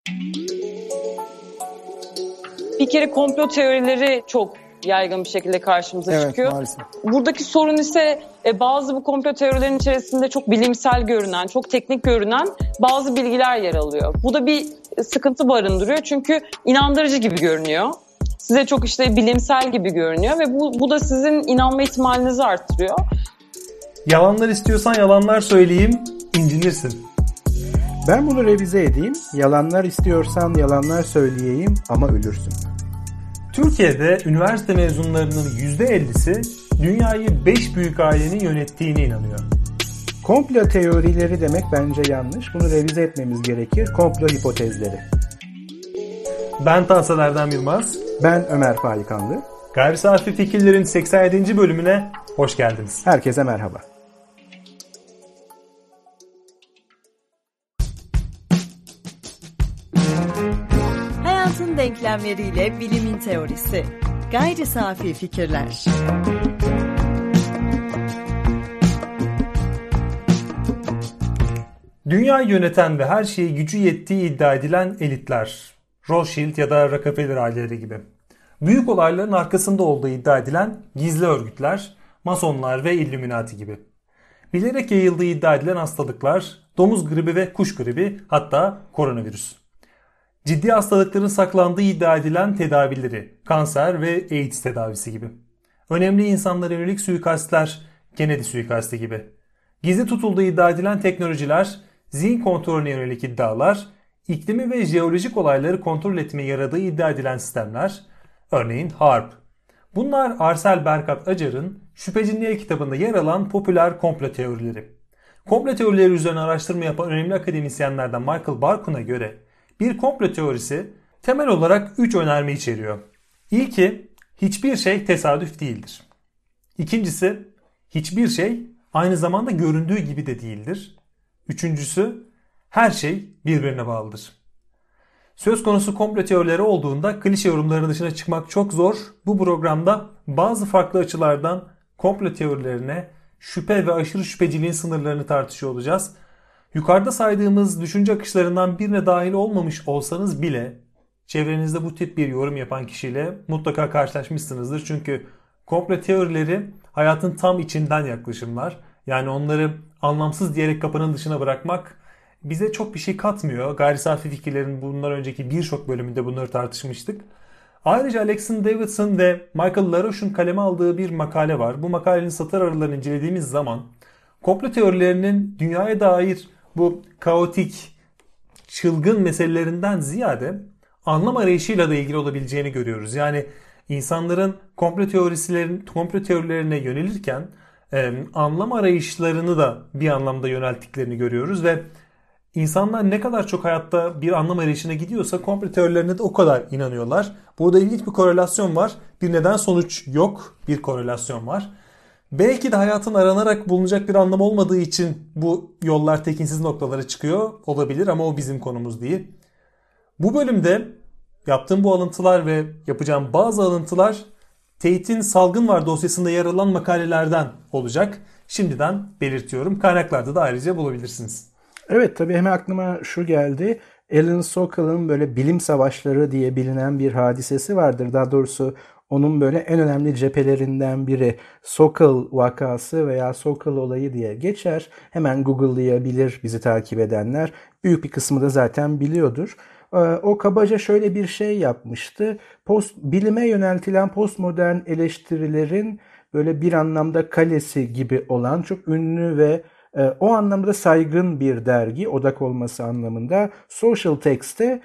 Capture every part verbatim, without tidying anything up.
Bir kere komplo teorileri çok yaygın bir şekilde karşımıza evet, çıkıyor. Maalesef. Buradaki sorun ise e, bazı bu komplo teorilerinin içerisinde çok bilimsel görünen, çok teknik görünen bazı bilgiler yer alıyor. Bu da bir sıkıntı barındırıyor çünkü inandırıcı gibi görünüyor. Size çok işte bilimsel gibi görünüyor ve bu, bu da sizin inanma ihtimalinizi arttırıyor. Yalanlar istiyorsan yalanlar söyleyeyim, incinirsin. Ben bunu revize edeyim. Yalanlar istiyorsan yalanlar söyleyeyim ama ölürsün. Türkiye'de üniversite mezunlarının yüzde ellisi dünyayı beş büyük ailenin yönettiğine inanıyor. Komplo teorileri demek bence yanlış. Bunu revize etmemiz gerekir. Komplo hipotezleri. Ben Tansel Erdem Yılmaz. Ben Ömer Faikanlı. Gayri Safi Fikirlerin seksen yedinci bölümüne hoş geldiniz. Herkese merhaba. Hayatın denklemleriyle bilimin teorisi. Gayri Safi Fikirler. Dünyayı yöneten ve her şeye gücü yettiği iddia edilen elitler, Rothschild ya da Rockefeller aileleri gibi. Büyük olayların arkasında olduğu iddia edilen gizli örgütler, masonlar ve Illuminati gibi. Bilerek yayıldığı iddia edilen hastalıklar, domuz gribi ve kuş gribi, hatta koronavirüs. Ciddi hastalıkların saklandığı iddia edilen tedavileri, kanser ve AIDS tedavisi gibi. Önemli insanlara yönelik suikastler, Kennedy suikastı gibi. Gizli tutulduğu iddia edilen teknolojiler, zihin kontrolüne yönelik iddialar, iklimi ve jeolojik olayları kontrol etmeye yaradığı iddia edilen sistemler, örneğin HAARP. Bunlar Arsel Berkat Acar'ın Şüpheci kitabında yer alan popüler komplo teorileri. Komplo teorileri üzerine araştırma yapan önemli akademisyenlerden Michael Barkun'a göre bir komplo teorisi temel olarak üç önerme içeriyor. İlki, hiçbir şey tesadüf değildir. İkincisi, hiçbir şey aynı zamanda göründüğü gibi de değildir. Üçüncüsü, her şey birbirine bağlıdır. Söz konusu komplo teorileri olduğunda klişe yorumların dışına çıkmak çok zor. Bu programda bazı farklı açılardan komplo teorilerine, şüphe ve aşırı şüpheciliğin sınırlarını tartışıyor olacağız. Yukarıda saydığımız düşünce akışlarından birine dahil olmamış olsanız bile çevrenizde bu tip bir yorum yapan kişiyle mutlaka karşılaşmışsınızdır. Çünkü komplo teorileri hayatın tam içinden yaklaşımlar. Yani onları anlamsız diyerek kapının dışına bırakmak bize çok bir şey katmıyor. Gayri safi fikirlerin bundan önceki birçok bölümünde bunları tartışmıştık. Ayrıca Alexander Davidson ve Michael LaRoche'un kaleme aldığı bir makale var. Bu makalenin satır aralarını incelediğimiz zaman komplo teorilerinin dünyaya dair bu kaotik, çılgın meselelerinden ziyade anlam arayışıyla da ilgili olabileceğini görüyoruz. Yani insanların komplo teorilerin, komplo teorilerine yönelirken e, anlam arayışlarını da bir anlamda yönelttiklerini görüyoruz ve İnsanlar ne kadar çok hayatta bir anlam arayışına gidiyorsa komplo teorilerine de o kadar inanıyorlar. Burada ilginç bir korelasyon var. Bir neden sonuç yok. Bir korelasyon var. Belki de hayatın aranarak bulunacak bir anlam olmadığı için bu yollar tekinsiz noktalara çıkıyor olabilir ama o bizim konumuz değil. Bu bölümde yaptığım bu alıntılar ve yapacağım bazı alıntılar Tate'in Salgın Var dosyasında yer alan makalelerden olacak. Şimdiden belirtiyorum. Kaynaklarda da ayrıca bulabilirsiniz. Evet, tabii hemen aklıma şu geldi. Alan Sokal'ın böyle bilim savaşları diye bilinen bir hadisesi vardır. Daha doğrusu onun böyle en önemli cephelerinden biri Sokal vakası veya Sokal olayı diye geçer. Hemen Google'layabilir bizi takip edenler. Büyük bir kısmı da zaten biliyordur. O kabaca şöyle bir şey yapmıştı. Post, bilime yöneltilen postmodern eleştirilerin böyle bir anlamda kalesi gibi olan çok ünlü ve o anlamda saygın bir dergi, odak olması anlamında Social Text'e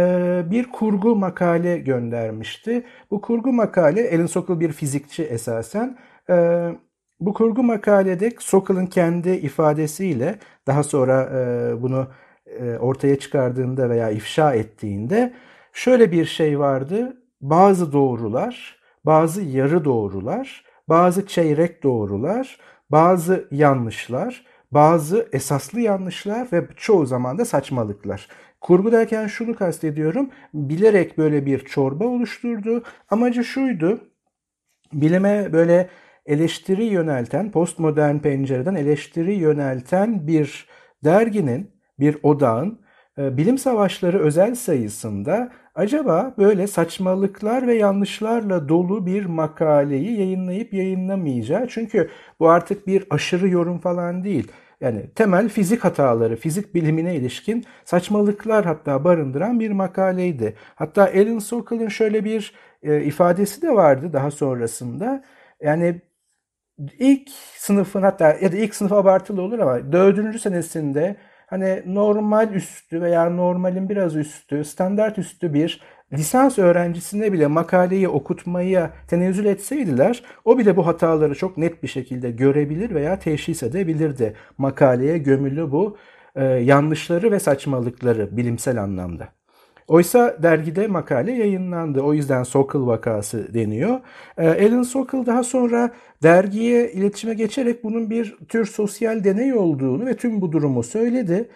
bir kurgu makale göndermişti. Bu kurgu makale, Alan Sokal bir fizikçi esasen. Bu kurgu makalede Sokal'ın kendi ifadesiyle daha sonra bunu ortaya çıkardığında veya ifşa ettiğinde şöyle bir şey vardı. Bazı doğrular, bazı yarı doğrular, bazı çeyrek doğrular, bazı yanlışlar, bazı esaslı yanlışlar ve çoğu zaman da saçmalıklar. Kurgu derken şunu kastediyorum, bilerek böyle bir çorba oluşturdu. Amacı şuydu, bilime böyle eleştiri yönelten, postmodern pencereden eleştiri yönelten bir derginin, bir odağın bilim savaşları özel sayısında acaba böyle saçmalıklar ve yanlışlarla dolu bir makaleyi yayınlayıp yayınlamayacağı, çünkü bu artık bir aşırı yorum falan değil. Yani temel fizik hataları, fizik bilimine ilişkin saçmalıklar hatta barındıran bir makaleydi. Hatta Alan Sokal'ın şöyle bir e, ifadesi de vardı daha sonrasında. Yani ilk sınıfın, hatta ya da ilk sınıf abartılı olur ama dördüncü senesinde hani normal üstü veya normalin biraz üstü, standart üstü bir lisans öğrencisine bile makaleyi okutmaya tenezzül etseydiler, o bile bu hataları çok net bir şekilde görebilir veya teşhis edebilirdi. Makaleye gömülü bu e, yanlışları ve saçmalıkları bilimsel anlamda. Oysa dergide makale yayınlandı. O yüzden Sokal vakası deniyor. Alan Sokal daha sonra dergiye iletişime geçerek bunun bir tür sosyal deney olduğunu ve tüm bu durumu söyledi.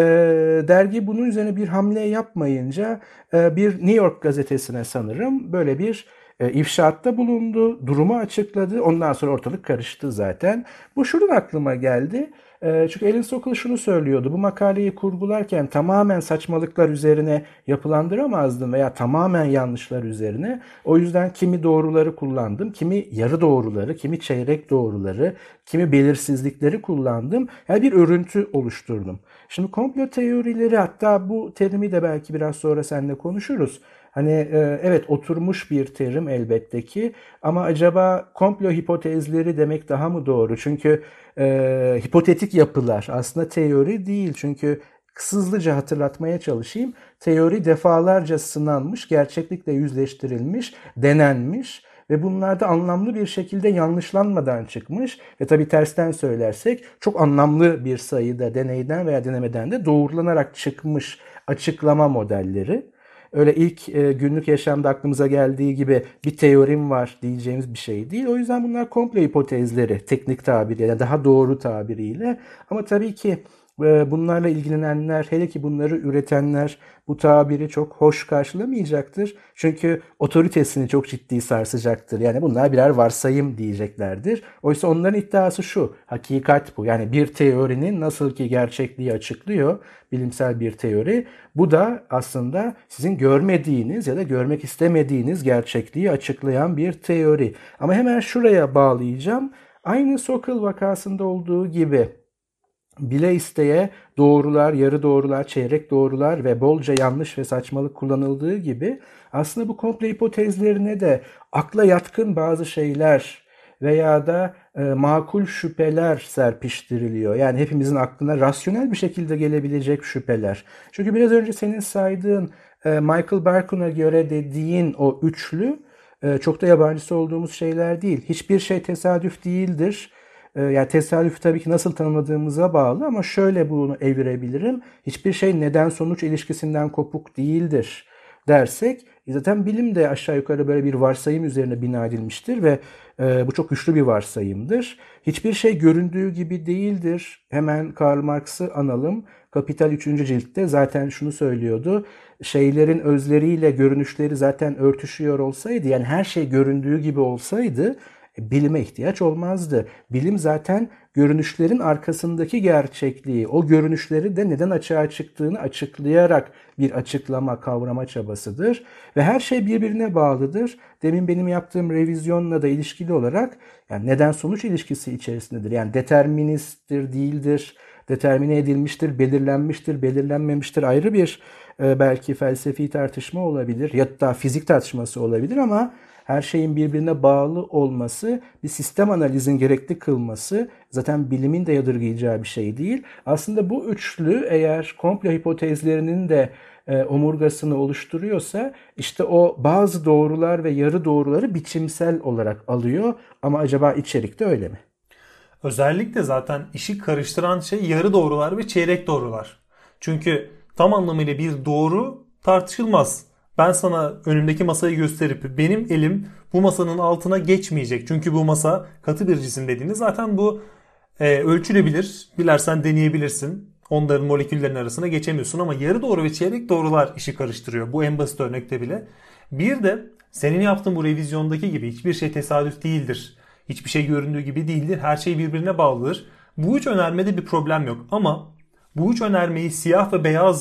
Dergi bunun üzerine bir hamle yapmayınca bir New York gazetesine sanırım böyle bir ifşaatta bulundu, durumu açıkladı. Ondan sonra ortalık karıştı zaten. Bu şuradan aklıma geldi. Çünkü Alan Sokal şunu söylüyordu. Bu makaleyi kurgularken tamamen saçmalıklar üzerine yapılandıramazdım veya tamamen yanlışlar üzerine. O yüzden kimi doğruları kullandım, kimi yarı doğruları, kimi çeyrek doğruları, kimi belirsizlikleri kullandım. Yani bir örüntü oluşturdum. Şimdi komplo teorileri, hatta bu terimi de belki biraz sonra seninle konuşuruz. Hani evet, oturmuş bir terim elbette ki, ama acaba komplo hipotezleri demek daha mı doğru? Çünkü e, hipotetik yapılar aslında teori değil. Çünkü hızlıca hatırlatmaya çalışayım. Teori defalarca sınanmış, gerçeklikle yüzleştirilmiş, denenmiş ve bunlarda anlamlı bir şekilde yanlışlanmadan çıkmış ve tabii tersten söylersek çok anlamlı bir sayıda deneyden veya denemeden de doğrulanarak çıkmış açıklama modelleri. Öyle ilk e, günlük yaşamda aklımıza geldiği gibi bir teorim var diyeceğimiz bir şey değil. O yüzden bunlar komplo hipotezleri teknik tabiriyle, daha doğru tabiriyle. Ama tabii ki e, bunlarla ilgilenenler, hele ki bunları üretenler bu tabiri çok hoş karşılamayacaktır. Çünkü otoritesini çok ciddi sarsacaktır. Yani bunlar birer varsayım diyeceklerdir. Oysa onların iddiası şu, hakikat bu. Yani bir teorinin nasıl ki gerçekliği açıklıyor, bilimsel bir teori, bu da aslında sizin görmediğiniz ya da görmek istemediğiniz gerçekliği açıklayan bir teori. Ama hemen şuraya bağlayacağım. Aynı Sokal vakasında olduğu gibi bile isteye doğrular, yarı doğrular, çeyrek doğrular ve bolca yanlış ve saçmalık kullanıldığı gibi aslında bu komplo hipotezlerine de akla yatkın bazı şeyler veya da e, makul şüpheler serpiştiriliyor. Yani hepimizin aklına rasyonel bir şekilde gelebilecek şüpheler. Çünkü biraz önce senin saydığın e, Michael Berkun'a göre dediğin o üçlü e, çok da yabancısı olduğumuz şeyler değil. Hiçbir şey tesadüf değildir. Yani tesadüf tabii ki nasıl tanımladığımıza bağlı, ama şöyle bunu evirebilirim. Hiçbir şey neden-sonuç ilişkisinden kopuk değildir dersek, zaten bilim de aşağı yukarı böyle bir varsayım üzerine bina edilmiştir ve e, bu çok güçlü bir varsayımdır. Hiçbir şey göründüğü gibi değildir. Hemen Karl Marx'ı analım. Kapital üçüncü ciltte zaten şunu söylüyordu. Şeylerin özleriyle görünüşleri zaten örtüşüyor olsaydı, yani her şey göründüğü gibi olsaydı, bilime ihtiyaç olmazdı. Bilim zaten görünüşlerin arkasındaki gerçekliği, o görünüşleri de neden açığa çıktığını açıklayarak bir açıklama, kavrama çabasıdır. Ve her şey birbirine bağlıdır. Demin benim yaptığım revizyonla da ilişkili olarak yani neden-sonuç ilişkisi içerisindedir. Yani deterministtir, değildir, determine edilmiştir, belirlenmiştir, belirlenmemiştir, ayrı bir e, belki felsefi tartışma olabilir ya da fizik tartışması olabilir, ama her şeyin birbirine bağlı olması, bir sistem analizin gerekli kılması zaten bilimin de yadırgayacağı bir şey değil. Aslında bu üçlü eğer komplo hipotezlerinin de e, omurgasını oluşturuyorsa, işte o bazı doğrular ve yarı doğruları biçimsel olarak alıyor. Ama acaba içerikte öyle mi? Özellikle zaten işi karıştıran şey yarı doğrular ve çeyrek doğrular. Çünkü tam anlamıyla bir doğru tartışılmaz. Ben sana önümdeki masayı gösterip benim elim bu masanın altına geçmeyecek. Çünkü bu masa katı bir cisim dediğinde zaten bu e, ölçülebilir. Dilersen deneyebilirsin. Onların moleküllerin arasına geçemiyorsun, ama yarı doğru ve çeyrek doğrular işi karıştırıyor. Bu en basit örnekte bile. Bir de senin yaptığın bu revizyondaki gibi hiçbir şey tesadüf değildir. Hiçbir şey göründüğü gibi değildir. Her şey birbirine bağlıdır. Bu üç önermede bir problem yok. Ama bu üç önermeyi siyah ve beyaz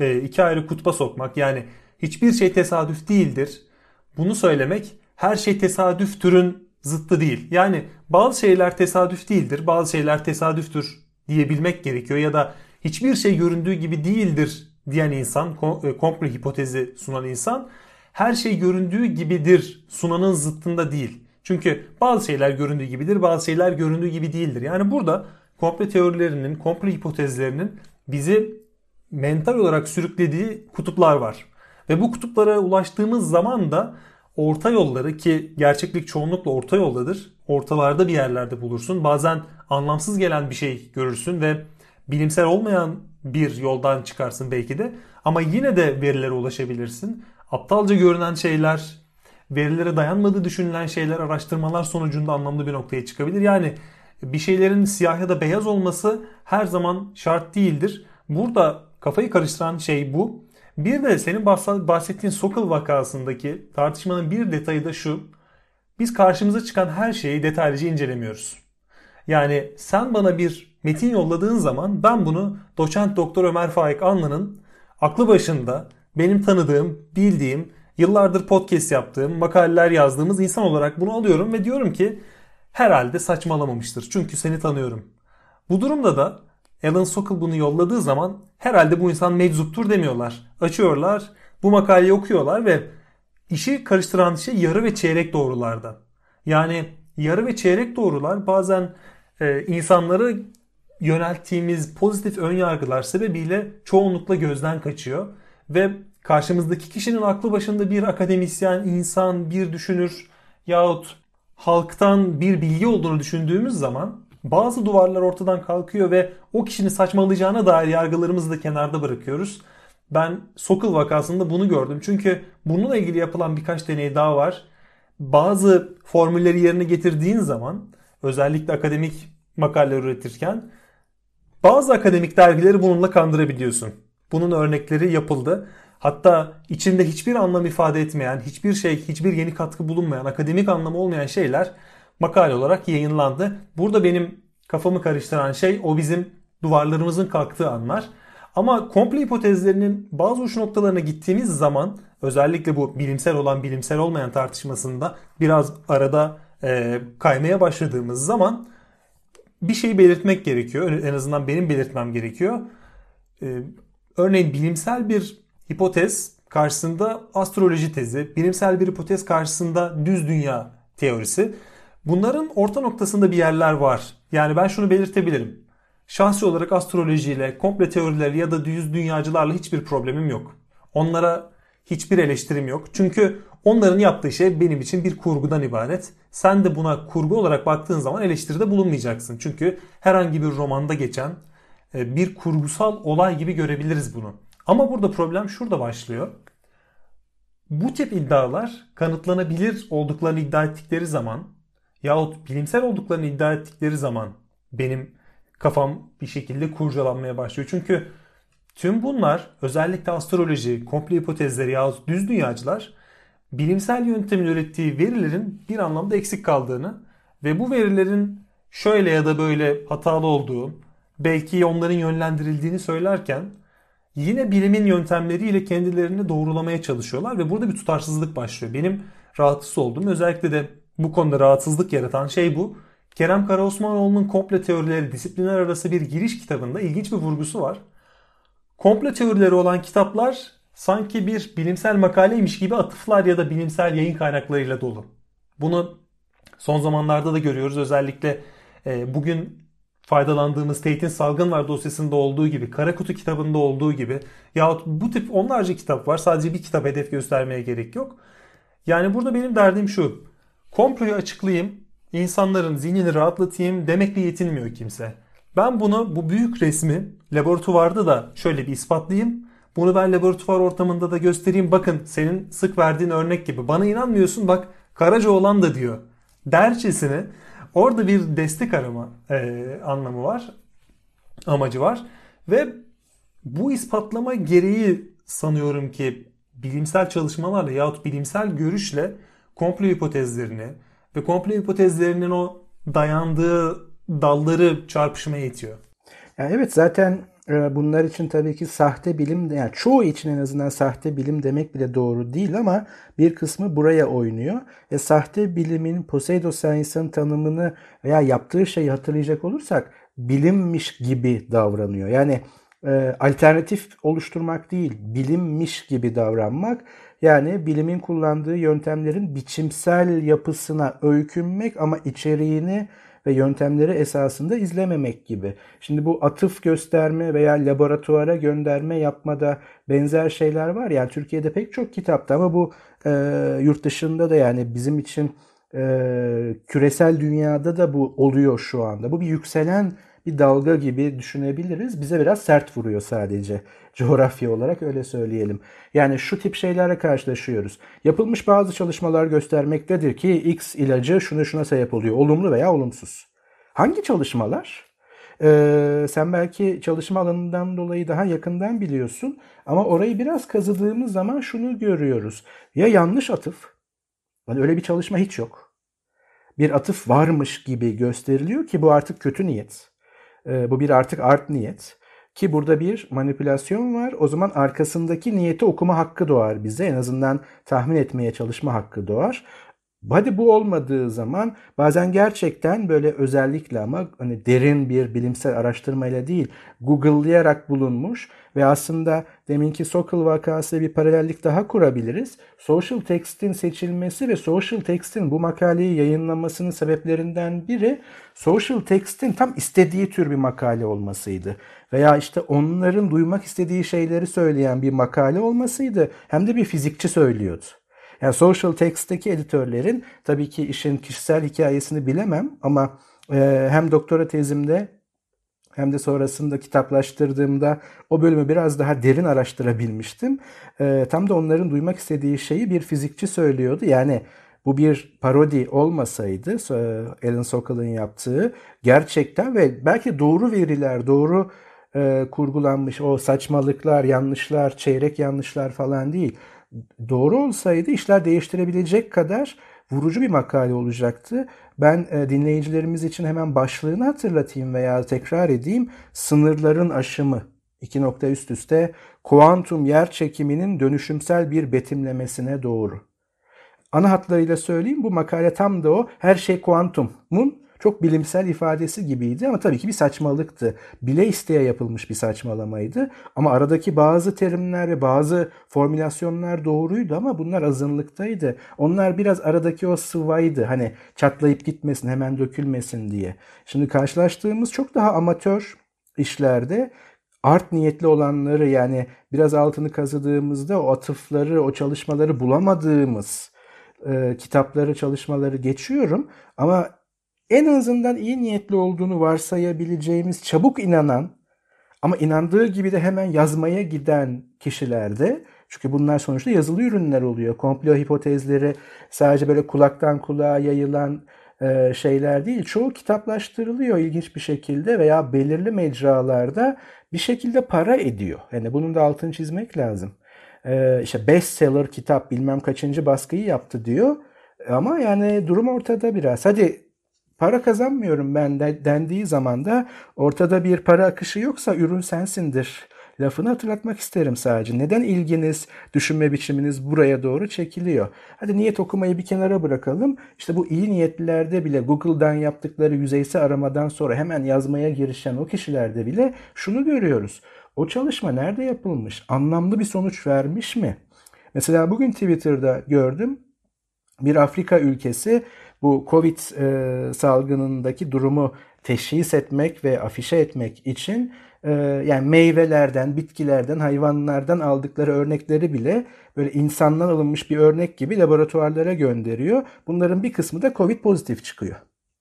e, iki ayrı kutba sokmak, yani hiçbir şey tesadüf değildir, bunu söylemek her şey tesadüftürün zıttı değil. Yani bazı şeyler tesadüf değildir, bazı şeyler tesadüftür diyebilmek gerekiyor ya da hiçbir şey göründüğü gibi değildir diyen insan, komplo hipotezi sunan insan her şey göründüğü gibidir sunanın zıttında değil. Çünkü bazı şeyler göründüğü gibidir, bazı şeyler göründüğü gibi değildir. Yani burada komplo teorilerinin, komplo hipotezlerinin bizi mental olarak sürüklediği kutuplar var. Ve bu kutuplara ulaştığımız zaman da orta yolları, ki gerçeklik çoğunlukla orta yoldadır, ortalarda bir yerlerde bulursun. Bazen anlamsız gelen bir şey görürsün ve bilimsel olmayan bir yoldan çıkarsın belki de. Ama yine de verilere ulaşabilirsin. Aptalca görünen şeyler, verilere dayanmadığı düşünülen şeyler araştırmalar sonucunda anlamlı bir noktaya çıkabilir. Yani bir şeylerin siyah ya da beyaz olması her zaman şart değildir. Burada kafayı karıştıran şey bu. Bir de senin bahsettiğin Sokal vakasındaki tartışmanın bir detayı da şu: biz karşımıza çıkan her şeyi detaylıca incelemiyoruz. Yani sen bana bir metin yolladığın zaman ben bunu doçent doktor Ömer Faik Anlı'nın aklı başında, benim tanıdığım, bildiğim, yıllardır podcast yaptığım, makaleler yazdığımız insan olarak bunu alıyorum ve diyorum ki herhalde saçmalamamıştır. Çünkü seni tanıyorum. Bu durumda da Alan Sokal bunu yolladığı zaman herhalde bu insan meczuptur demiyorlar. Açıyorlar, bu makaleyi okuyorlar ve işi karıştıran şey yarı ve çeyrek doğrularda. Yani yarı ve çeyrek doğrular bazen e, insanları yönelttiğimiz pozitif önyargılar sebebiyle çoğunlukla gözden kaçıyor. Ve karşımızdaki kişinin aklı başında bir akademisyen, insan, bir düşünür yahut halktan bir bilgi olduğunu düşündüğümüz zaman bazı duvarlar ortadan kalkıyor ve o kişinin saçmalayacağına dair yargılarımızı da kenarda bırakıyoruz. Ben Sokal vakasında bunu gördüm. Çünkü bununla ilgili yapılan birkaç deney daha var. Bazı formülleri yerine getirdiğin zaman, özellikle akademik makaleler üretirken, bazı akademik dergileri bununla kandırabiliyorsun. Bunun örnekleri yapıldı. Hatta içinde hiçbir anlam ifade etmeyen, hiçbir şey, hiçbir yeni katkı bulunmayan, akademik anlamı olmayan şeyler makale olarak yayınlandı. Burada benim kafamı karıştıran şey o bizim duvarlarımızın kalktığı anlar. Ama komplo hipotezlerinin bazı uç noktalarına gittiğimiz zaman, özellikle bu bilimsel olan bilimsel olmayan tartışmasında biraz arada e, kaymaya başladığımız zaman bir şeyi belirtmek gerekiyor. En azından benim belirtmem gerekiyor. E, örneğin bilimsel bir hipotez karşısında astroloji tezi, bilimsel bir hipotez karşısında düz dünya teorisi. Bunların orta noktasında bir yerler var. Yani ben şunu belirtebilirim. Şahsi olarak astrolojiyle, komple teorileri ya da düz dünyacılarla hiçbir problemim yok. Onlara hiçbir eleştirim yok. Çünkü onların yaptığı şey benim için bir kurgudan ibaret. Sen de buna kurgu olarak baktığın zaman eleştiride bulunmayacaksın. Çünkü herhangi bir romanda geçen bir kurgusal olay gibi görebiliriz bunu. Ama burada problem şurada başlıyor. Bu tip iddialar kanıtlanabilir olduklarını iddia ettikleri zaman yahut bilimsel olduklarını iddia ettikleri zaman benim kafam bir şekilde kurcalanmaya başlıyor. Çünkü tüm bunlar, özellikle astroloji, komplo hipotezleri yahut düz dünyacılar, bilimsel yöntemin ürettiği verilerin bir anlamda eksik kaldığını ve bu verilerin şöyle ya da böyle hatalı olduğu, belki onların yönlendirildiğini söylerken yine bilimin yöntemleriyle kendilerini doğrulamaya çalışıyorlar ve burada bir tutarsızlık başlıyor. Benim rahatsız olduğum, özellikle de bu konuda rahatsızlık yaratan şey bu. Kerem Karaosmanoğlu'nun Komplo Teorileri Disiplinler Arası bir Giriş kitabında ilginç bir vurgusu var. Komplo teorileri olan kitaplar sanki bir bilimsel makaleymiş gibi atıflar ya da bilimsel yayın kaynaklarıyla dolu. Bunu son zamanlarda da görüyoruz. Özellikle e, bugün faydalandığımız Tate'in Salgın Var dosyasında olduğu gibi, Kara Kutu kitabında olduğu gibi yahut bu tip onlarca kitap var. Sadece bir kitap hedef göstermeye gerek yok. Yani burada benim derdim şu: komployu açıklayayım, insanların zihnini rahatlatayım demekle yetinmiyor kimse. Ben bunu, bu büyük resmi laboratuvarda da şöyle bir ispatlayayım. Bunu ben laboratuvar ortamında da göstereyim. Bakın senin sık verdiğin örnek gibi. Bana inanmıyorsun, bak Karacaoğlan da diyor dercesine orada bir destek arama e, anlamı var. Amacı var. Ve bu ispatlama gereği sanıyorum ki bilimsel çalışmalarla yahut bilimsel görüşle komplo hipotezlerini ve komplo hipotezlerinin o dayandığı dalları çarpışmaya itiyor. Yani evet, zaten bunlar için tabii ki sahte bilim, yani çoğu için en azından sahte bilim demek bile doğru değil ama bir kısmı buraya oynuyor. E, sahte bilimin, pseudoscience'ın tanımını veya yaptığı şeyi hatırlayacak olursak bilimmiş gibi davranıyor. Yani e, alternatif oluşturmak değil, bilimmiş gibi davranmak. Yani bilimin kullandığı yöntemlerin biçimsel yapısına öykünmek ama içeriğini ve yöntemleri esasında izlememek gibi. Şimdi bu atıf gösterme veya laboratuvara gönderme yapmada benzer şeyler var. Yani Türkiye'de pek çok kitapta ama bu e, yurt dışında da, yani bizim için e, küresel dünyada da bu oluyor şu anda. Bu bir yükselen bir dalga gibi düşünebiliriz. Bize biraz sert vuruyor sadece. Coğrafya olarak öyle söyleyelim. Yani şu tip şeylerle karşılaşıyoruz. Yapılmış bazı çalışmalar göstermektedir ki X ilacı şuna şuna sebep oluyor. Olumlu veya olumsuz. Hangi çalışmalar? Ee, sen belki çalışma alanından dolayı daha yakından biliyorsun. Ama orayı biraz kazıdığımız zaman şunu görüyoruz. Ya yanlış atıf. Yani öyle bir çalışma hiç yok. Bir atıf varmış gibi gösteriliyor ki bu artık kötü niyet. Ee, bu bir artık art niyet. Ki burada bir manipülasyon var. O zaman arkasındaki niyeti okuma hakkı doğar bize. En azından tahmin etmeye çalışma hakkı doğar. Hadi bu olmadığı zaman bazen gerçekten böyle özellikle ama hani derin bir bilimsel araştırmayla değil, Google'layarak bulunmuş ve aslında deminki Sokal vakası bir paralellik daha kurabiliriz. Social Text'in seçilmesi ve Social Text'in bu makaleyi yayınlamasının sebeplerinden biri Social Text'in tam istediği tür bir makale olmasıydı. Veya işte onların duymak istediği şeyleri söyleyen bir makale olmasıydı. Hem de bir fizikçi söylüyordu. Yani Social Text'teki editörlerin, tabii ki işin kişisel hikayesini bilemem ama e, hem doktora tezimde hem de sonrasında kitaplaştırdığımda o bölümü biraz daha derin araştırabilmiştim. E, tam da onların duymak istediği şeyi bir fizikçi söylüyordu. Yani bu bir parodi olmasaydı, Alan Sokal'ın yaptığı gerçekten ve belki doğru veriler, doğru e, kurgulanmış o saçmalıklar, yanlışlar, çeyrek yanlışlar falan değil. Doğru olsaydı işler değiştirebilecek kadar vurucu bir makale olacaktı. Ben e, dinleyicilerimiz için hemen başlığını hatırlatayım veya tekrar edeyim. Sınırların aşımı. İki nokta üst üste kuantum yer çekiminin dönüşümsel bir betimlemesine doğru. Ana hatlarıyla söyleyeyim, bu makale tam da o. Her şey kuantumun çok bilimsel ifadesi gibiydi ama tabii ki bir saçmalıktı. Bile isteye yapılmış bir saçmalamaydı. Ama aradaki bazı terimler ve bazı formülasyonlar doğruydu ama bunlar azınlıktaydı. Onlar biraz aradaki o sıvaydı. Hani çatlayıp gitmesin, hemen dökülmesin diye. Şimdi karşılaştığımız çok daha amatör işlerde art niyetli olanları, yani biraz altını kazıdığımızda o atıfları, o çalışmaları bulamadığımız e, kitapları, çalışmaları geçiyorum. Ama en azından iyi niyetli olduğunu varsayabileceğimiz, çabuk inanan ama inandığı gibi de hemen yazmaya giden kişilerde, çünkü bunlar sonuçta yazılı ürünler oluyor. Komplo hipotezleri sadece böyle kulaktan kulağa yayılan e, şeyler değil. Çoğu kitaplaştırılıyor ilginç bir şekilde veya belirli mecralarda bir şekilde para ediyor. Yani bunun da altını çizmek lazım. E, işte bestseller kitap bilmem kaçıncı baskıyı yaptı diyor. Ama yani durum ortada biraz. Hadi para kazanmıyorum ben de dendiği zaman da ortada bir para akışı yoksa ürün sensindir lafını hatırlatmak isterim sadece. Neden ilginiz, düşünme biçiminiz buraya doğru çekiliyor? Hadi niyet okumayı bir kenara bırakalım. İşte bu iyi niyetlilerde bile Google'dan yaptıkları yüzeysel aramadan sonra hemen yazmaya girişen o kişilerde bile şunu görüyoruz. O çalışma nerede yapılmış? Anlamlı bir sonuç vermiş mi? Mesela bugün Twitter'da gördüm. Bir Afrika ülkesi bu Covid e, salgınındaki durumu teşhis etmek ve afişe etmek için e, yani meyvelerden, bitkilerden, hayvanlardan aldıkları örnekleri bile böyle insandan alınmış bir örnek gibi laboratuvarlara gönderiyor. Bunların bir kısmı da Covid pozitif çıkıyor.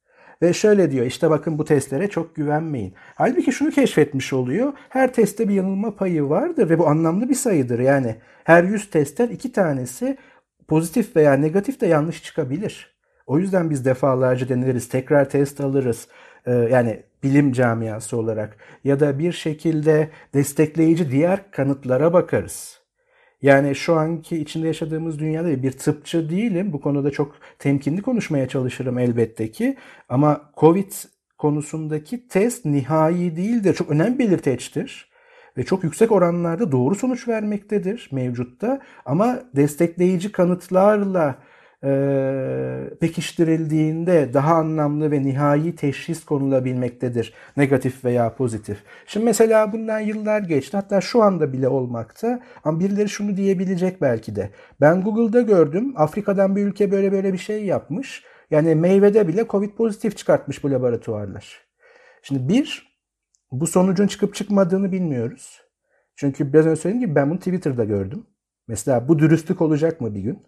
Ve şöyle diyor, işte bakın bu testlere çok güvenmeyin. Halbuki şunu keşfetmiş oluyor. Her testte bir yanılma payı vardır ve bu anlamlı bir sayıdır. Yani her yüz testten iki tanesi pozitif veya negatif de yanlış çıkabilir. O yüzden biz defalarca deneriz, tekrar test alırız. Ee, yani bilim camiası olarak. Ya da bir şekilde destekleyici diğer kanıtlara bakarız. Yani şu anki içinde yaşadığımız dünyada bir tıpçı değilim. Bu konuda çok temkinli konuşmaya çalışırım elbette ki. Ama Covid konusundaki test nihai değildir. Çok önemli bir belirteçtir. ve çok yüksek oranlarda doğru sonuç vermektedir mevcutta. Ama destekleyici kanıtlarla e, pekiştirildiğinde daha anlamlı ve nihai teşhis konulabilmektedir. Negatif veya pozitif. Şimdi mesela bundan yıllar geçti. Hatta şu anda bile olmakta. Ama birileri şunu diyebilecek belki de. Ben Google'da gördüm. Afrika'dan bir ülke böyle böyle bir şey yapmış. Yani meyvede bile Covid pozitif çıkartmış bu laboratuvarlar. Şimdi bir, bu sonucun çıkıp çıkmadığını bilmiyoruz. Çünkü biraz önce söylediğim gibi ben bunu Twitter'da gördüm. Mesela bu dürüstlük olacak mı bir gün?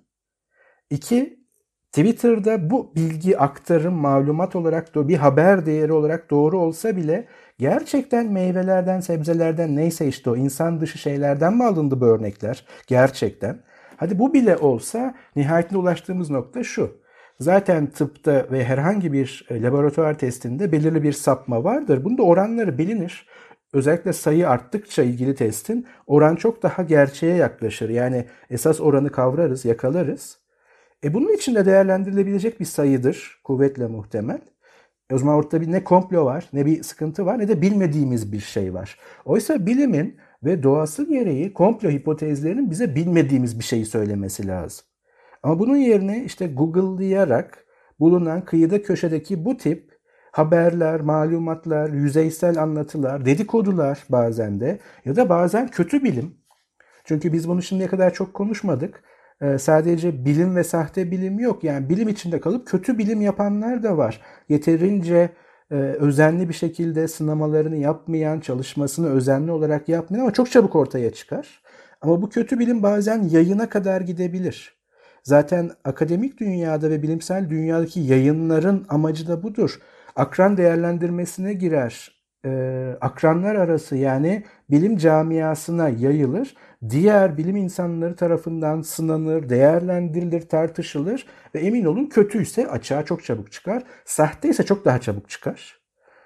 İki, Twitter'da bu bilgi aktarım malumat olarak da bir haber değeri olarak doğru olsa bile gerçekten meyvelerden, sebzelerden neyse işte o insan dışı şeylerden mi alındı bu örnekler? Gerçekten. Hadi bu bile olsa nihayetinde ulaştığımız nokta şu. Zaten tıpta ve herhangi bir laboratuvar testinde belirli bir sapma vardır. Bunda oranları bilinir. Özellikle sayı arttıkça ilgili testin oran çok daha gerçeğe yaklaşır. Yani esas oranı kavrarız, yakalarız. E bunun için de değerlendirilebilecek bir sayıdır. Kuvvetle muhtemel. E o zaman ortada bir ne komplo var, ne bir sıkıntı var, ne de bilmediğimiz bir şey var. Oysa bilimin ve doğası gereği komplo hipotezlerinin bize bilmediğimiz bir şeyi söylemesi lazım. Ama bunun yerine işte Google'layarak bulunan kıyıda köşedeki bu tip haberler, malumatlar, yüzeysel anlatılar, dedikodular bazen de ya da bazen kötü bilim. Çünkü biz bunu şimdiye kadar çok konuşmadık. Ee, sadece bilim ve sahte bilim yok. Yani bilim içinde kalıp kötü bilim yapanlar da var. Yeterince e, özenli bir şekilde sınamalarını yapmayan, çalışmasını özenli olarak yapmayan ama çok çabuk ortaya çıkar. Ama bu kötü bilim bazen yayına kadar gidebilir. Zaten akademik dünyada ve bilimsel dünyadaki yayınların amacı da budur. Akran değerlendirmesine girer. Ee, akranlar arası yani bilim camiasına yayılır. Diğer bilim insanları tarafından sınanır, değerlendirilir, tartışılır ve emin olun kötüyse açığa çok çabuk çıkar. Sahte ise çok daha çabuk çıkar.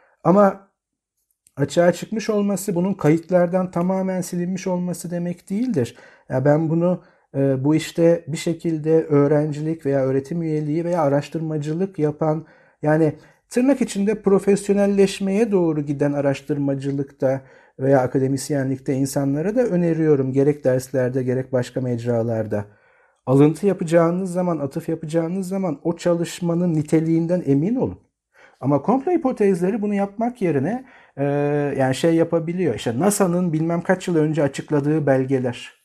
Ama açığa çıkmış olması bunun kayıtlardan tamamen silinmiş olması demek değildir. Ya ben bunu bu işte bir şekilde öğrencilik veya öğretim üyeliği veya araştırmacılık yapan yani tırnak içinde profesyonelleşmeye doğru giden araştırmacılıkta veya akademisyenlikte insanlara da öneriyorum. Gerek derslerde gerek başka mecralarda. Alıntı yapacağınız zaman, atıf yapacağınız zaman o çalışmanın niteliğinden emin olun. Ama komplo hipotezleri bunu yapmak yerine e, yani şey yapabiliyor. İşte NASA'nın bilmem kaç yıl önce açıkladığı belgeler.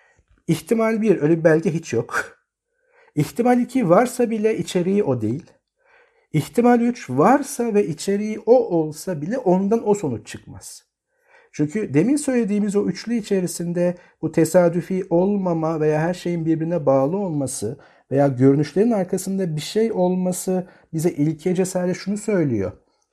İhtimal bir, öyle bir belge hiç yok. İhtimal iki, varsa bile içeriği o değil. İhtimal üç, varsa ve içeriği o olsa bile ondan o sonuç çıkmaz. Çünkü demin söylediğimiz o üçlü içerisinde bu tesadüfi olmama veya her şeyin birbirine bağlı olması veya görünüşlerin arkasında bir şey olması bize ilkece sadece şunu söylüyor.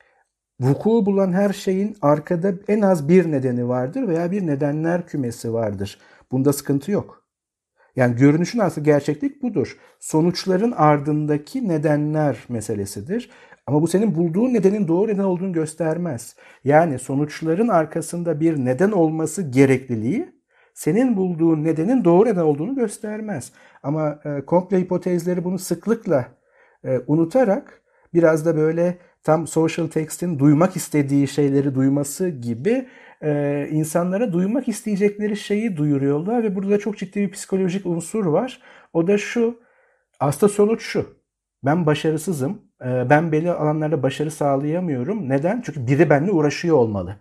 Vuku bulan her şeyin arkada en az bir nedeni vardır veya bir nedenler kümesi vardır. Bunda sıkıntı yok. Yani görünüşün aslı gerçeklik budur. Sonuçların ardındaki nedenler meselesidir. Ama bu senin bulduğun nedenin doğru neden olduğunu göstermez. Yani sonuçların arkasında bir neden olması gerekliliği senin bulduğun nedenin doğru neden olduğunu göstermez. Ama e, komplo hipotezleri bunu sıklıkla e, unutarak biraz da böyle tam social text'in duymak istediği şeyleri duyması gibi e, insanlara duymak isteyecekleri şeyi duyuruyorlar ve burada çok ciddi bir psikolojik unsur var. O da şu, aslında sonuç şu. Ben başarısızım. Ben belli alanlarda başarı sağlayamıyorum. Neden? Çünkü biri benimle uğraşıyor olmalı.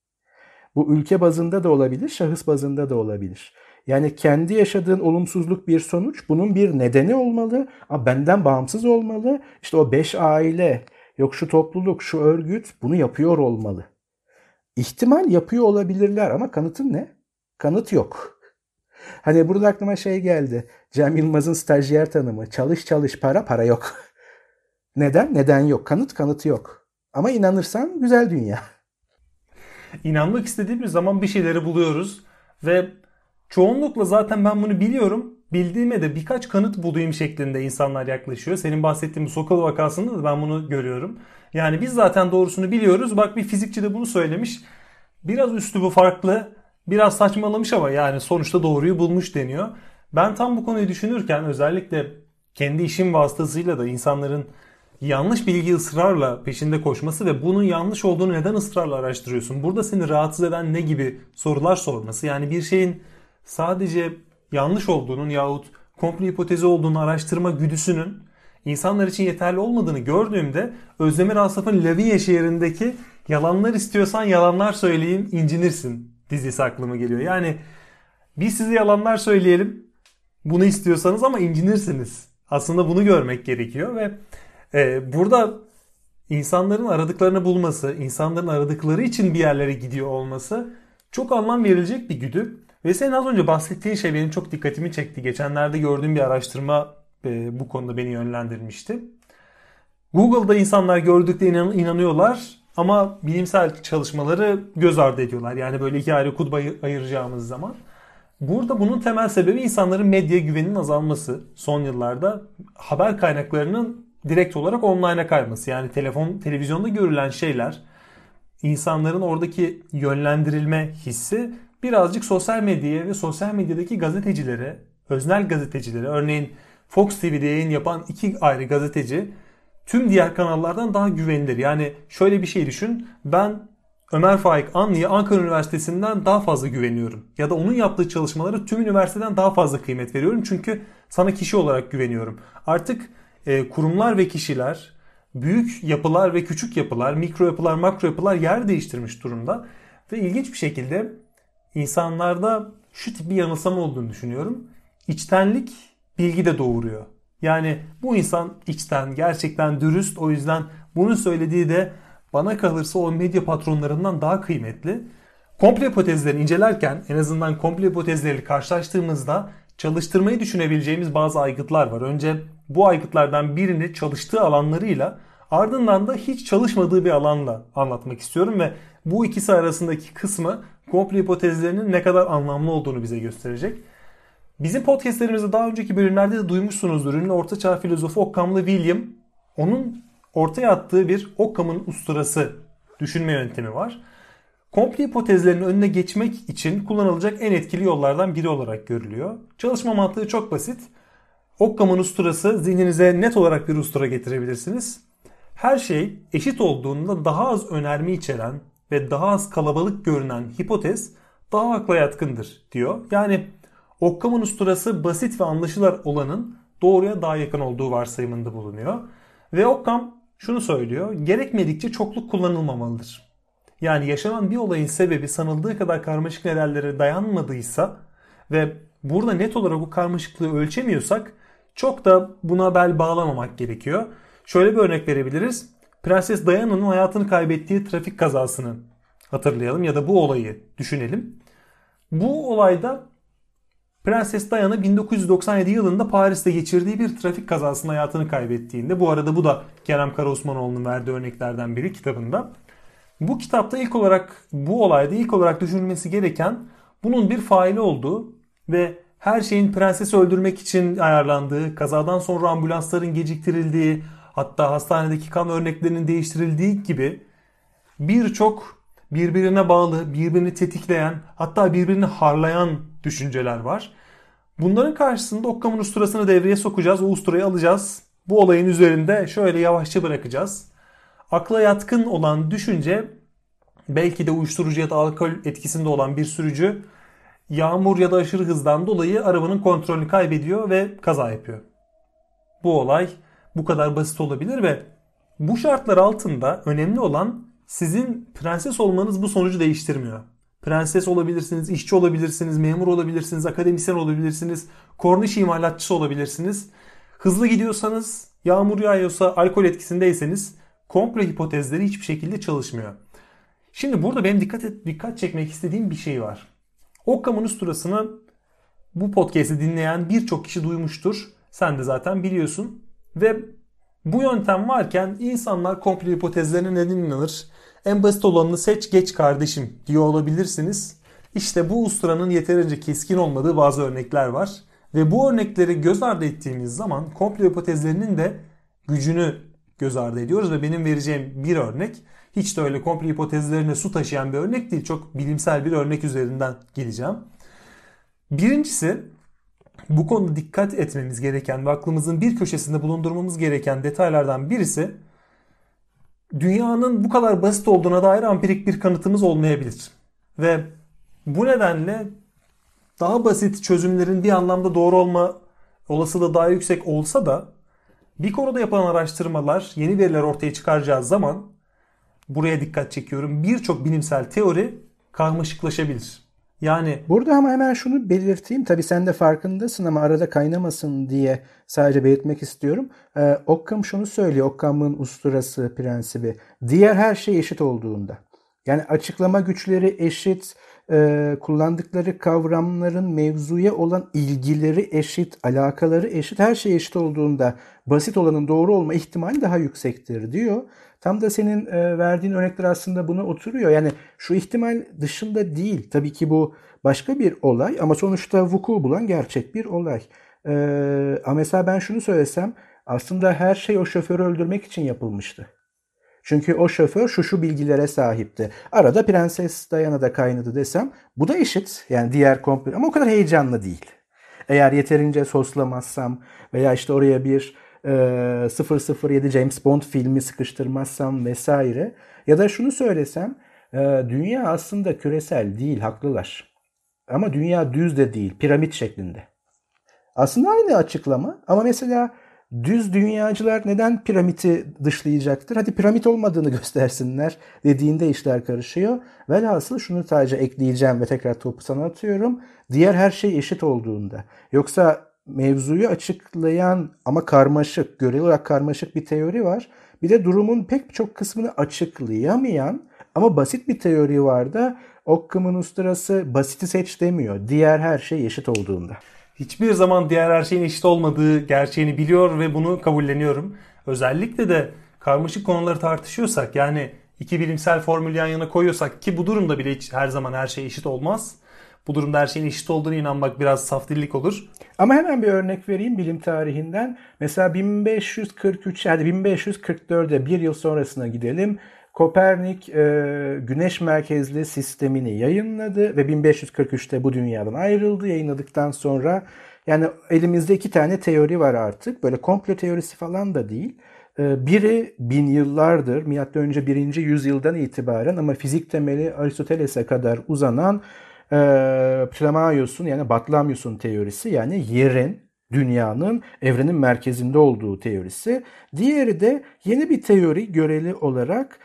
Bu ülke bazında da olabilir, şahıs bazında da olabilir. Yani kendi yaşadığın olumsuzluk bir sonuç, bunun bir nedeni olmalı ama benden bağımsız olmalı. İşte o beş aile, yok şu topluluk, şu örgüt bunu yapıyor olmalı. İhtimal yapıyor olabilirler ama kanıtın ne? Kanıt yok. Hani burada aklıma şey geldi. Cem Yılmaz'ın stajyer tanımı. Çalış çalış para, para yok. Neden? Neden yok. Kanıt kanıtı yok. Ama inanırsan güzel dünya. İnanmak istediğimiz zaman bir şeyleri buluyoruz ve çoğunlukla zaten ben bunu biliyorum. Bildiğime de birkaç kanıt bulayım şeklinde insanlar yaklaşıyor. Senin bahsettiğin bu Sokal vakasında da ben bunu görüyorum. Yani biz zaten doğrusunu biliyoruz. Bak bir fizikçi de bunu söylemiş. Biraz üslubu farklı, biraz saçmalamış ama yani sonuçta doğruyu bulmuş deniyor. Ben tam bu konuyu düşünürken özellikle kendi işim vasıtasıyla da insanların yanlış bilgi ısrarla peşinde koşması ve bunun yanlış olduğunu neden ısrarla araştırıyorsun? Burada seni rahatsız eden ne gibi sorular sorması. Yani bir şeyin sadece yanlış olduğunun yahut komple hipotezi olduğunu araştırma güdüsünün insanlar için yeterli olmadığını gördüğümde Özdemir Asaf'ın Lavinia şehrindeki yalanlar istiyorsan yalanlar söyleyeyim incinirsin dizisi aklıma geliyor. Yani biz size yalanlar söyleyelim bunu istiyorsanız ama incinirsiniz. Aslında bunu görmek gerekiyor ve e, burada insanların aradıklarını bulması, insanların aradıkları için bir yerlere gidiyor olması çok anlam verilecek bir güdü. Ve senin az önce bahsettiğin şey benim çok dikkatimi çekti. Geçenlerde gördüğüm bir araştırma e, bu konuda beni yönlendirmişti. Google'da insanlar gördüklerine inan- inanıyorlar ama bilimsel çalışmaları göz ardı ediyorlar. Yani böyle iki ayrı kutba ayıracağımız zaman. Burada bunun temel sebebi insanların medya güveninin azalması. Son yıllarda haber kaynaklarının direkt olarak online'a kayması. Yani telefon, televizyonda görülen şeyler, insanların oradaki yönlendirilme hissi birazcık sosyal medyaya ve sosyal medyadaki gazetecilere, öznel gazetecilere, örneğin Fox T V'de yayın yapan iki ayrı gazeteci tüm diğer kanallardan daha güvenilir. Yani şöyle bir şey düşün, ben Ömer Faik Anlı'ya Ankara Üniversitesi'nden daha fazla güveniyorum. Ya da onun yaptığı çalışmalara tüm üniversiteden daha fazla kıymet veriyorum. Çünkü sana kişi olarak güveniyorum. Artık e, kurumlar ve kişiler, büyük yapılar ve küçük yapılar, mikro yapılar, makro yapılar yer değiştirmiş durumda. Ve ilginç bir şekilde insanlarda şu tip bir yanılsama olduğunu düşünüyorum. İçtenlik bilgi de doğuruyor. Yani bu insan içten, gerçekten dürüst. O yüzden bunu söylediği de bana kalırsa o medya patronlarından daha kıymetli. Komple hipotezlerini incelerken en azından komple hipotezleri karşılaştığımızda çalıştırmayı düşünebileceğimiz bazı aygıtlar var. Önce bu aygıtlardan birini çalıştığı alanlarıyla ardından da hiç çalışmadığı bir alanla anlatmak istiyorum ve bu ikisi arasındaki kısmı komple hipotezlerinin ne kadar anlamlı olduğunu bize gösterecek. Bizim podcastlerimizde daha önceki bölümlerde de duymuşsunuzdur. Ünlü ortaçağ filozofu Occam'lı William, onun ortaya attığı bir Occam'ın usturası düşünme yöntemi var. Komple hipotezlerin önüne geçmek için kullanılacak en etkili yollardan biri olarak görülüyor. Çalışma mantığı çok basit. Occam'ın usturası, zihninize net olarak bir ustura getirebilirsiniz. Her şey eşit olduğunda daha az önerme içeren ve daha az kalabalık görünen hipotez daha akla yatkındır diyor. Yani Occam'ın usturası basit ve anlaşılır olanın doğruya daha yakın olduğu varsayımında bulunuyor. Ve Occam şunu söylüyor, gerekmedikçe çokluk kullanılmamalıdır. Yani yaşanan bir olayın sebebi sanıldığı kadar karmaşık nedenlere dayanmadıysa ve burada net olarak bu karmaşıklığı ölçemiyorsak çok da buna bel bağlamamak gerekiyor. Şöyle bir örnek verebiliriz. Prenses Diana'nın hayatını kaybettiği trafik kazasını hatırlayalım ya da bu olayı düşünelim. Bu olayda Prenses Diana bin dokuz yüz doksan yedi yılında Paris'te geçirdiği bir trafik kazasında hayatını kaybettiğinde, bu arada bu da Kerem Karaosmanoğlu'nun verdiği örneklerden biri kitabında. Bu kitapta ilk olarak bu olayda ilk olarak düşünülmesi gereken bunun bir faili olduğu ve her şeyin prensesi öldürmek için ayarlandığı, kazadan sonra ambulansların geciktirildiği, hatta hastanedeki kan örneklerinin değiştirildiği gibi birçok birbirine bağlı, birbirini tetikleyen, hatta birbirini harlayan düşünceler var. Bunların karşısında Occam'ın usturasını devreye sokacağız. O usturayı alacağız. Bu olayın üzerinde şöyle yavaşça bırakacağız. Akla yatkın olan düşünce, belki de uyuşturucu ya da alkol etkisinde olan bir sürücü yağmur ya da aşırı hızdan dolayı arabanın kontrolünü kaybediyor ve kaza yapıyor. Bu olay bu kadar basit olabilir ve bu şartlar altında önemli olan sizin prenses olmanız bu sonucu değiştirmiyor. Prenses olabilirsiniz, işçi olabilirsiniz, memur olabilirsiniz, akademisyen olabilirsiniz, korniş imalatçısı olabilirsiniz. Hızlı gidiyorsanız, yağmur yağıyorsa, alkol etkisindeyseniz komple hipotezleri hiçbir şekilde çalışmıyor. Şimdi burada benim dikkat et, dikkat çekmek istediğim bir şey var. Occam'ın usturasını bu podcast'i dinleyen birçok kişi duymuştur. Sen de zaten biliyorsun. Ve bu yöntem varken insanlar komple hipotezlerine neden inanır? En basit olanını seç geç kardeşim diyor olabilirsiniz. İşte bu usturanın yeterince keskin olmadığı bazı örnekler var. Ve bu örnekleri göz ardı ettiğimiz zaman komple hipotezlerinin de gücünü göz ardı ediyoruz. Ve benim vereceğim bir örnek hiç de öyle komple hipotezlerine su taşıyan bir örnek değil. Çok bilimsel bir örnek üzerinden geleceğim. Birincisi, bu konuda dikkat etmemiz gereken ve aklımızın bir köşesinde bulundurmamız gereken detaylardan birisi, dünyanın bu kadar basit olduğuna dair empirik bir kanıtımız olmayabilir. Ve bu nedenle daha basit çözümlerin bir anlamda doğru olma olasılığı daha yüksek olsa da bir konuda yapılan araştırmalar, yeni veriler ortaya çıkaracağı zaman, buraya dikkat çekiyorum, birçok bilimsel teori karmaşıklaşabilir. Yani burada ama hemen şunu belirteyim. Tabii sen de farkındasın ama arada kaynamasın diye sadece belirtmek istiyorum. Ee, Occam şunu söylüyor. Occam'ın usturası prensibi. Diğer her şey eşit olduğunda. Yani açıklama güçleri eşit, e, kullandıkları kavramların mevzuya olan ilgileri eşit, alakaları eşit, her şey eşit olduğunda basit olanın doğru olma ihtimali daha yüksektir diyor. Tam da senin e, verdiğin örnekler aslında buna oturuyor. Yani şu ihtimal dışında değil. Tabii ki bu başka bir olay ama sonuçta vuku bulan gerçek bir olay. E, ama mesela ben şunu söylesem, aslında her şey o şoförü öldürmek için yapılmıştı. Çünkü o şoför şu şu bilgilere sahipti. Arada Prenses Diana da kaynadı desem, bu da eşit. Yani diğer komple, ama o kadar heyecanlı değil. Eğer yeterince soslamazsam veya işte oraya bir e, sıfır sıfır yedi James Bond filmi sıkıştırmazsam vesaire, ya da şunu söylesem, e, dünya aslında küresel değil, haklılar. Ama dünya düz de değil, piramit şeklinde. Aslında aynı açıklama ama mesela düz dünyacılar neden piramiti dışlayacaktır? Hadi piramit olmadığını göstersinler dediğinde işler karışıyor. Velhasıl şunu sadece ekleyeceğim ve tekrar topu sana atıyorum. Diğer her şey eşit olduğunda. Yoksa mevzuyu açıklayan ama karmaşık, göreli olarak karmaşık bir teori var. Bir de durumun pek çok kısmını açıklayamayan ama basit bir teori var da Occam'ın usturası basiti seç demiyor. Diğer her şey eşit olduğunda. Hiçbir zaman diğer her şeyin eşit olmadığı gerçeğini biliyor ve bunu kabulleniyorum. Özellikle de karmaşık konuları tartışıyorsak, yani iki bilimsel formül yan yana koyuyorsak, ki bu durumda bile hiç her zaman her şey eşit olmaz. Bu durumda her şeyin eşit olduğunu inanmak biraz safdillik olur. Ama hemen bir örnek vereyim bilim tarihinden. Mesela bin beş yüz kırk üç, yani bin beş yüz kırk dörde bir yıl sonrasına gidelim. Kopernik e, güneş merkezli sistemini yayınladı ve bin beş yüz kırk üçte bu dünyadan ayrıldı. Yayınladıktan sonra yani elimizde iki tane teori var artık. Böyle komplo teorisi falan da değil. E, biri bin yıllardır, milattan önce birinci yüzyıldan itibaren ama fizik temeli Aristoteles'e kadar uzanan e, Ptolemaios'un, yani Batlamyus'un teorisi, yani yerin, dünyanın evrenin merkezinde olduğu teorisi. Diğeri de yeni bir teori göreli olarak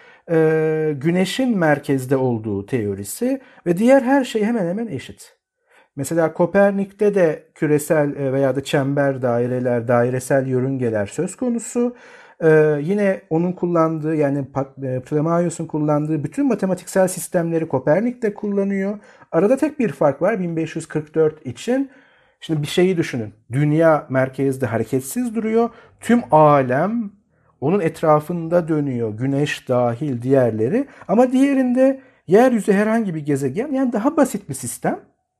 e, güneşin merkezde olduğu teorisi ve diğer her şey hemen hemen eşit. Mesela Kopernik'te de küresel veya da çember daireler, dairesel yörüngeler söz konusu. Ee, yine onun kullandığı, yani Ptolemaios'un kullandığı bütün matematiksel sistemleri Kopernik de kullanıyor. Arada tek bir fark var bin beş yüz kırk dört için. Şimdi bir şeyi düşünün. Dünya merkezde hareketsiz duruyor. Tüm alem onun etrafında dönüyor. Güneş dahil diğerleri. Ama diğerinde yeryüzü herhangi bir gezegen. Yani daha basit bir sistem.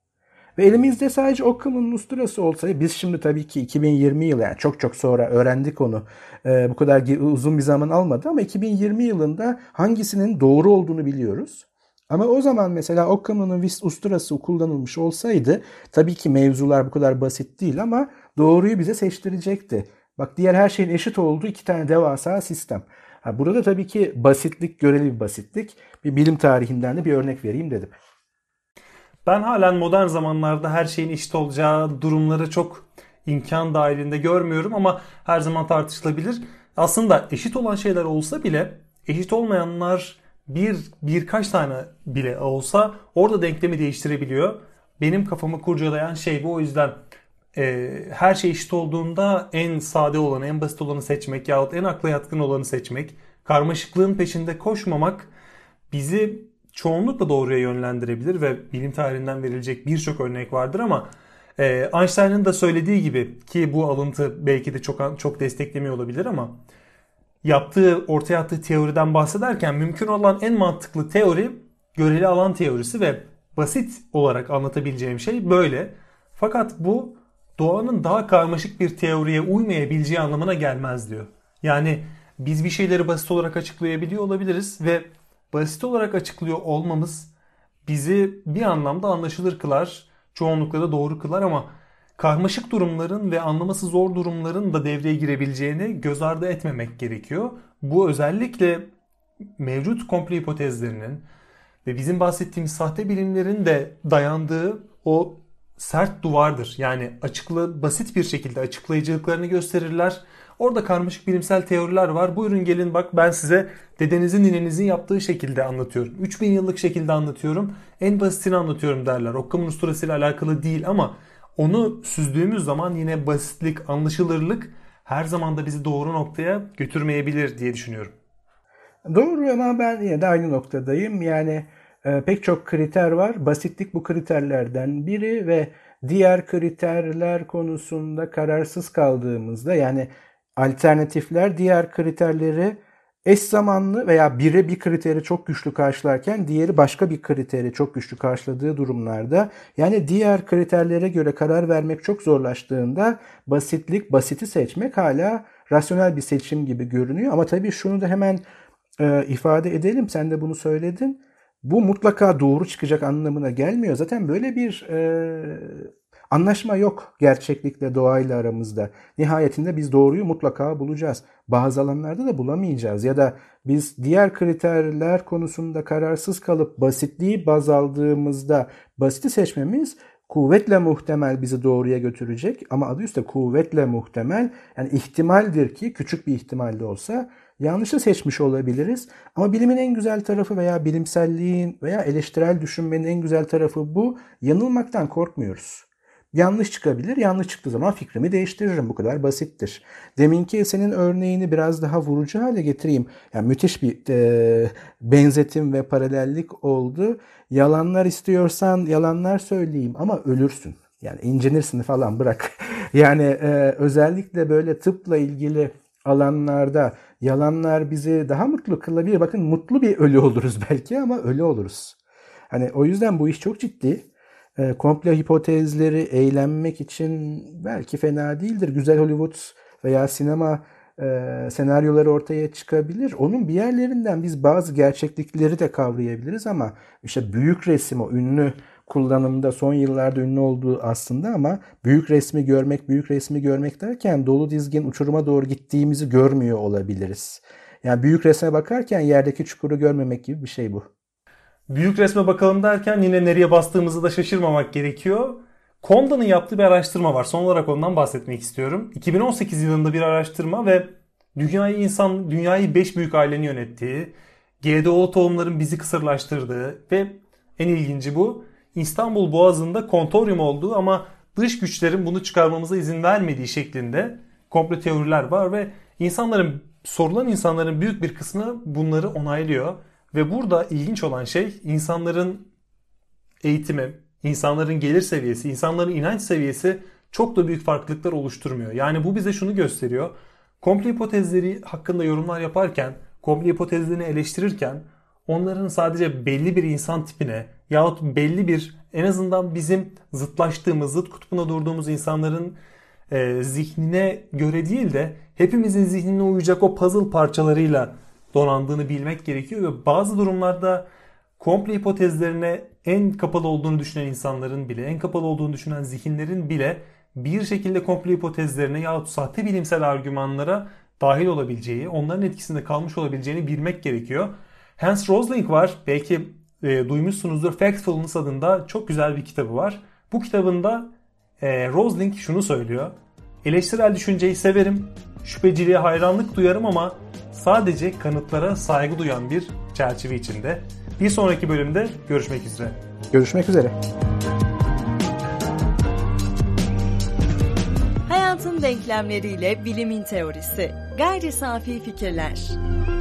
Ve elimizde sadece Occam'ın usturası olsaydı, biz şimdi tabii ki iki bin yirmi yılı, yani çok çok sonra öğrendik onu. Ee, bu kadar uzun bir zaman almadı ama iki bin yirmi yılında hangisinin doğru olduğunu biliyoruz. Ama o zaman mesela Occam'ın usturası kullanılmış olsaydı, tabii ki mevzular bu kadar basit değil ama doğruyu bize seçtirecekti. Bak, diğer her şeyin eşit olduğu iki tane devasa sistem. Ha, burada tabii ki basitlik, göreli bir basitlik. Bir bilim tarihinden de bir örnek vereyim dedim. Ben halen modern zamanlarda her şeyin eşit olacağı durumları çok imkan dahilinde görmüyorum ama her zaman tartışılabilir. Aslında eşit olan şeyler olsa bile eşit olmayanlar bir birkaç tane bile olsa orada denklemi değiştirebiliyor. Benim kafamı kurcalayan şey bu. O yüzden e, her şey eşit olduğunda en sade olanı, en basit olanı seçmek yahut en akla yatkın olanı seçmek, karmaşıklığın peşinde koşmamak bizi çoğunlukla doğruya yönlendirebilir ve bilim tarihinden verilecek birçok örnek vardır ama e, Einstein'ın da söylediği gibi, ki bu alıntı belki de çok çok desteklemiyor olabilir ama yaptığı, ortaya attığı teoriden bahsederken mümkün olan en mantıklı teori göreli alan teorisi ve basit olarak anlatabileceğim şey böyle. Fakat bu doğanın daha karmaşık bir teoriye uymayabileceği anlamına gelmez diyor. Yani biz bir şeyleri basit olarak açıklayabiliyor olabiliriz ve basit olarak açıklıyor olmamız bizi bir anlamda anlaşılır kılar, çoğunlukla da doğru kılar ama karmaşık durumların ve anlaması zor durumların da devreye girebileceğini göz ardı etmemek gerekiyor. Bu özellikle mevcut komplo hipotezlerinin ve bizim bahsettiğimiz sahte bilimlerin de dayandığı o sert duvardır. Yani açıkla, basit bir şekilde açıklayıcılıklarını gösterirler. Orada karmaşık bilimsel teoriler var. Buyurun gelin bak ben size dedenizin ninenizin yaptığı şekilde anlatıyorum. üç bin yıllık şekilde anlatıyorum. En basitini anlatıyorum derler. Okkam'ın usturasıyla alakalı değil ama onu süzdüğümüz zaman yine basitlik, anlaşılırlık her zaman da bizi doğru noktaya götürmeyebilir diye düşünüyorum. Doğru ama ben yine de aynı noktadayım. Yani e, pek çok kriter var. Basitlik bu kriterlerden biri ve diğer kriterler konusunda kararsız kaldığımızda yani alternatifler diğer kriterleri eş zamanlı veya biri bir kriteri çok güçlü karşılarken diğeri başka bir kriteri çok güçlü karşıladığı durumlarda yani diğer kriterlere göre karar vermek çok zorlaştığında basitlik, basiti seçmek hala rasyonel bir seçim gibi görünüyor. Ama tabii şunu da hemen e, ifade edelim. Sen de bunu söyledin. Bu mutlaka doğru çıkacak anlamına gelmiyor. Zaten böyle bir e, anlaşma yok gerçeklikle, doğayla aramızda. Nihayetinde biz doğruyu mutlaka bulacağız. Bazı alanlarda da bulamayacağız. Ya da biz diğer kriterler konusunda kararsız kalıp basitliği baz aldığımızda basiti seçmemiz kuvvetle muhtemel bizi doğruya götürecek. Ama adı üstte kuvvetle muhtemel. Yani ihtimaldir ki küçük bir ihtimal de olsa yanlışı seçmiş olabiliriz. Ama bilimin en güzel tarafı veya bilimselliğin veya eleştirel düşünmenin en güzel tarafı bu. Yanılmaktan korkmuyoruz. Yanlış çıkabilir. Yanlış çıktığı zaman fikrimi değiştiririm. Bu kadar basittir. Deminki senin örneğini biraz daha vurucu hale getireyim. Yani müthiş bir e, benzetim ve paralellik oldu. Yalanlar istiyorsan yalanlar söyleyeyim ama ölürsün. Yani incinirsin falan bırak. Yani e, özellikle böyle tıpla ilgili alanlarda yalanlar bizi daha mutlu kılabilir. Bakın mutlu bir ölü oluruz belki ama ölü oluruz. Hani o yüzden bu iş çok ciddi. E, komplo hipotezleri eğlenmek için belki fena değildir. Güzel Hollywood veya sinema e, senaryoları ortaya çıkabilir. Onun bir yerlerinden biz bazı gerçeklikleri de kavrayabiliriz ama işte büyük resim o ünlü kullanımda son yıllarda ünlü olduğu aslında ama büyük resmi görmek, büyük resmi görmek derken dolu dizgin uçuruma doğru gittiğimizi görmüyor olabiliriz. Yani büyük resme bakarken yerdeki çukuru görmemek gibi bir şey bu. Büyük resme bakalım derken yine nereye bastığımızı da şaşırmamak gerekiyor. Konda'nın yaptığı bir araştırma var. Son olarak ondan bahsetmek istiyorum. iki bin on sekiz yılında bir araştırma ve dünyayı insan dünyayı beş büyük ailenin yönettiği, G D O tohumların bizi kısırlaştırdığı ve en ilginci bu, İstanbul Boğazı'nda kontoryum olduğu ama dış güçlerin bunu çıkarmamıza izin vermediği şeklinde komplo teoriler var ve insanların sorulan insanların büyük bir kısmı bunları onaylıyor. Ve burada ilginç olan şey insanların eğitimi, insanların gelir seviyesi, insanların inanç seviyesi çok da büyük farklılıklar oluşturmuyor. Yani bu bize şunu gösteriyor. Komplo hipotezleri hakkında yorumlar yaparken, komplo hipotezlerini eleştirirken onların sadece belli bir insan tipine yahut belli bir en azından bizim zıtlaştığımız, zıt kutbuna durduğumuz insanların e, zihnine göre değil de hepimizin zihnine uyacak o puzzle parçalarıyla donandığını bilmek gerekiyor ve bazı durumlarda komplo hipotezlerine en kapalı olduğunu düşünen insanların bile, en kapalı olduğunu düşünen zihinlerin bile bir şekilde komplo hipotezlerine yahut sahte bilimsel argümanlara dahil olabileceği, onların etkisinde kalmış olabileceğini bilmek gerekiyor. Hans Rosling var. Belki e, duymuşsunuzdur. Factfulness adında çok güzel bir kitabı var. Bu kitabında e, Rosling şunu söylüyor. Eleştirel düşünceyi severim, şüpheciliğe hayranlık duyarım ama sadece kanıtlara saygı duyan bir çerçeve içinde. Bir sonraki bölümde görüşmek üzere. Görüşmek üzere. Hayatın denklemleriyle bilimin teorisi. Gayri safi fikirler.